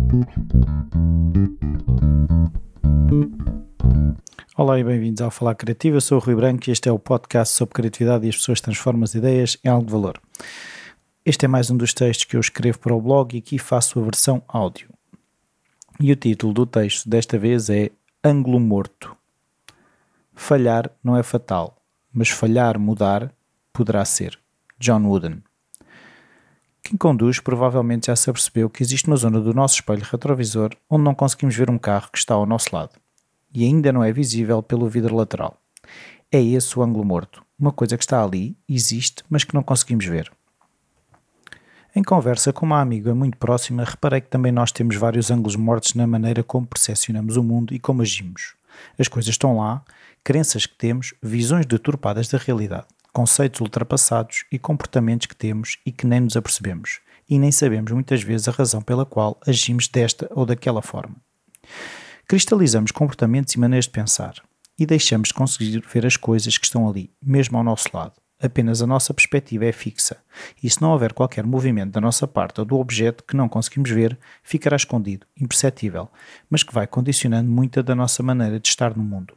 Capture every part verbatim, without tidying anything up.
Olá e bem-vindos ao Falar Criativo, eu sou o Rui Branco e este é o podcast sobre criatividade e as pessoas transformam as ideias em algo de valor. Este é mais um dos textos que eu escrevo para o blog e aqui faço a versão áudio. E o título do texto desta vez é Ângulo Morto. Falhar não é fatal, mas falhar mudar poderá ser. John Wooden. Quem conduz provavelmente já se apercebeu que existe uma zona do nosso espelho retrovisor onde não conseguimos ver um carro que está ao nosso lado e ainda não é visível pelo vidro lateral. É esse o ângulo morto, uma coisa que está ali, existe, mas que não conseguimos ver. Em conversa com uma amiga muito próxima, reparei que também nós temos vários ângulos mortos na maneira como percepcionamos o mundo e como agimos. As coisas estão lá, crenças que temos, visões deturpadas da realidade, conceitos ultrapassados e comportamentos que temos e que nem nos apercebemos, e nem sabemos muitas vezes a razão pela qual agimos desta ou daquela forma. Cristalizamos comportamentos e maneiras de pensar, e deixamos de conseguir ver as coisas que estão ali, mesmo ao nosso lado. Apenas a nossa perspectiva é fixa, e se não houver qualquer movimento da nossa parte ou do objeto que não conseguimos ver, ficará escondido, imperceptível, mas que vai condicionando muita da nossa maneira de estar no mundo.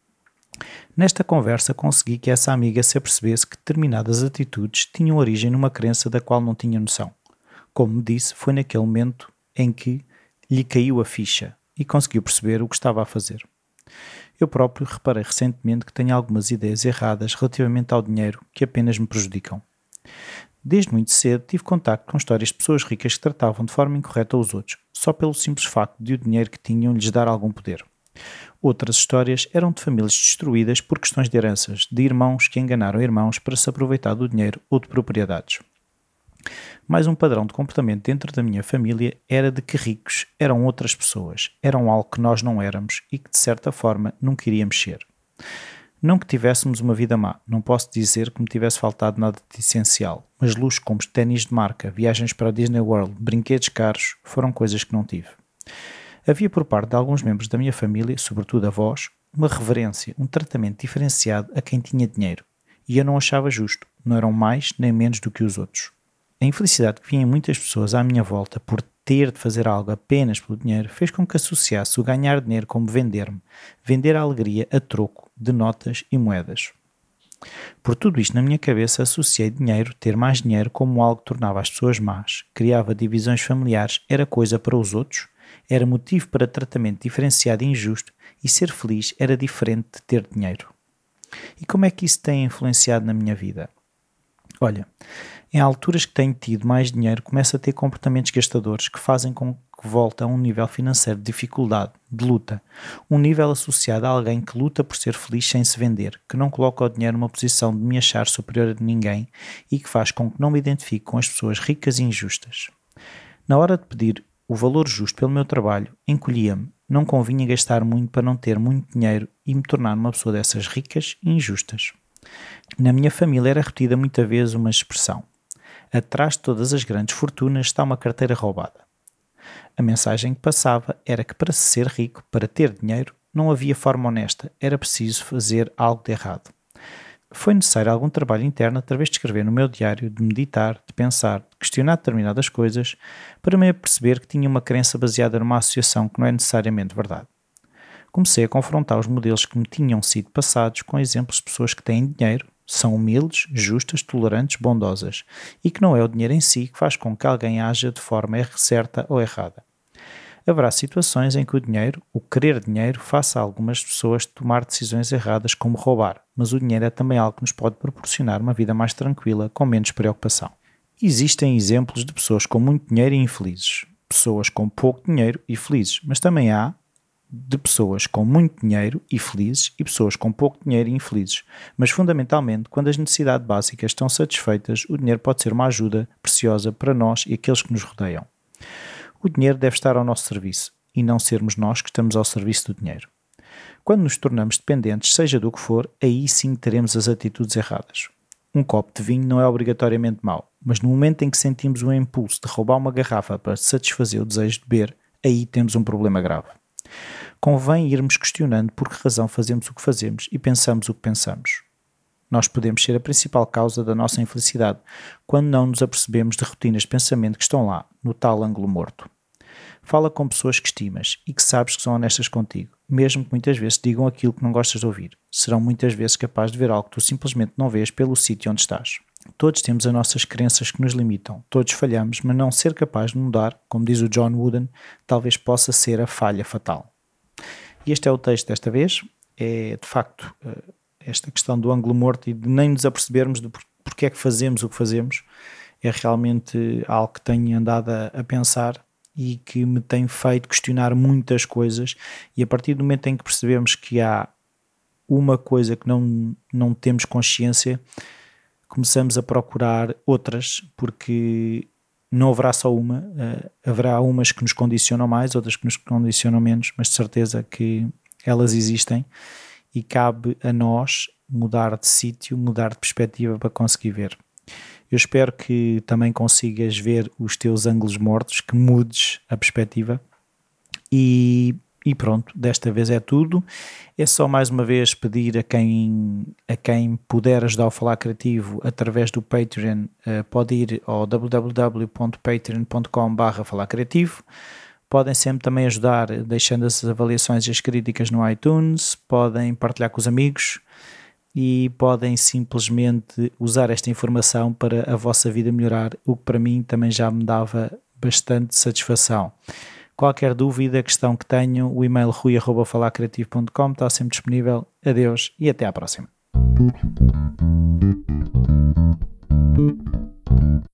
Nesta conversa consegui que essa amiga se apercebesse que determinadas atitudes tinham origem numa crença da qual não tinha noção. Como me disse, foi naquele momento em que lhe caiu a ficha e conseguiu perceber o que estava a fazer. Eu próprio reparei recentemente que tenho algumas ideias erradas relativamente ao dinheiro que apenas me prejudicam. Desde muito cedo tive contacto com histórias de pessoas ricas que tratavam de forma incorreta os outros, só pelo simples facto de o dinheiro que tinham lhes dar algum poder. Outras histórias eram de famílias destruídas por questões de heranças, de irmãos que enganaram irmãos para se aproveitar do dinheiro ou de propriedades. Mais um padrão de comportamento dentro da minha família era de que ricos eram outras pessoas, eram algo que nós não éramos e que de certa forma nunca iríamos ser. Não que tivéssemos uma vida má, não posso dizer que me tivesse faltado nada de essencial, mas luxos como ténis de marca, viagens para a Disney World, brinquedos caros, foram coisas que não tive. Havia por parte de alguns membros da minha família, sobretudo avós, uma reverência, um tratamento diferenciado a quem tinha dinheiro, e eu não achava justo, não eram mais nem menos do que os outros. A infelicidade que vinha em muitas pessoas à minha volta por ter de fazer algo apenas pelo dinheiro fez com que associasse o ganhar dinheiro como vender-me, vender a alegria a troco de notas e moedas. Por tudo isto na minha cabeça associei dinheiro, ter mais dinheiro, como algo que tornava as pessoas más, criava divisões familiares, era coisa para os outros, era motivo para tratamento diferenciado e injusto, e ser feliz era diferente de ter dinheiro. E como é que isso tem influenciado na minha vida? Olha, em alturas que tenho tido mais dinheiro, começo a ter comportamentos gastadores que fazem com que volte a um nível financeiro de dificuldade, de luta. Um nível associado a alguém que luta por ser feliz sem se vender, que não coloca o dinheiro numa posição de me achar superior a ninguém e que faz com que não me identifique com as pessoas ricas e injustas. Na hora de pedir o valor justo pelo meu trabalho, encolhia-me. Não convinha gastar muito para não ter muito dinheiro e me tornar uma pessoa dessas ricas e injustas. Na minha família era repetida muitas vezes uma expressão: atrás de todas as grandes fortunas está uma carteira roubada. A mensagem que passava era que para ser rico, para ter dinheiro, não havia forma honesta, era preciso fazer algo de errado. Foi necessário algum trabalho interno através de escrever no meu diário, de meditar, de pensar, de questionar determinadas coisas, para me perceber que tinha uma crença baseada numa associação que não é necessariamente verdade. Comecei a confrontar os modelos que me tinham sido passados com exemplos de pessoas que têm dinheiro, são humildes, justas, tolerantes, bondosas, e que não é o dinheiro em si que faz com que alguém haja de forma certa ou errada. Haverá situações em que o dinheiro, o querer dinheiro, faça a algumas pessoas tomar decisões erradas como roubar, mas o dinheiro é também algo que nos pode proporcionar uma vida mais tranquila, com menos preocupação. Existem exemplos de pessoas com muito dinheiro e infelizes, pessoas com pouco dinheiro e felizes, mas também há de pessoas com muito dinheiro e felizes e pessoas com pouco dinheiro e infelizes, mas fundamentalmente, quando as necessidades básicas estão satisfeitas, o dinheiro pode ser uma ajuda preciosa para nós e aqueles que nos rodeiam. O dinheiro deve estar ao nosso serviço e não sermos nós que estamos ao serviço do dinheiro. Quando nos tornamos dependentes, seja do que for, aí sim teremos as atitudes erradas. Um copo de vinho não é obrigatoriamente mau, mas no momento em que sentimos o impulso de roubar uma garrafa para satisfazer o desejo de beber, aí temos um problema grave. Convém irmos questionando por que razão fazemos o que fazemos e pensamos o que pensamos. Nós podemos ser a principal causa da nossa infelicidade, quando não nos apercebemos de rotinas de pensamento que estão lá, no tal ângulo morto. Fala com pessoas que estimas e que sabes que são honestas contigo, mesmo que muitas vezes digam aquilo que não gostas de ouvir. Serão muitas vezes capazes de ver algo que tu simplesmente não vês pelo sítio onde estás. Todos temos as nossas crenças que nos limitam, todos falhamos, mas não ser capaz de mudar, como diz o John Wooden, talvez possa ser a falha fatal. E este é o texto desta vez, é de facto esta questão do ângulo morto e de nem nos apercebermos de porque é que fazemos o que fazemos, é realmente algo que tenho andado a, a pensar e que me tem feito questionar muitas coisas, e a partir do momento em que percebemos que há uma coisa que não, não temos consciência, começamos a procurar outras, porque não haverá só uma, uh, haverá umas que nos condicionam mais, outras que nos condicionam menos, mas de certeza que elas existem e cabe a nós mudar de sítio, mudar de perspectiva para conseguir ver. Eu espero que também consigas ver os teus ângulos mortos, que mudes a perspectiva e, e pronto, desta vez é tudo. É só mais uma vez pedir a quem, a quem puder ajudar o Falar Criativo através do Patreon, uh, pode ir ao w w w ponto patreon ponto com barra falar criativo. Podem sempre também ajudar deixando as avaliações e as críticas no iTunes, podem partilhar com os amigos e podem simplesmente usar esta informação para a vossa vida melhorar, o que para mim também já me dava bastante satisfação. Qualquer dúvida, questão que tenham, o e-mail rui arroba falar criativo ponto com está sempre disponível. Adeus e até à próxima.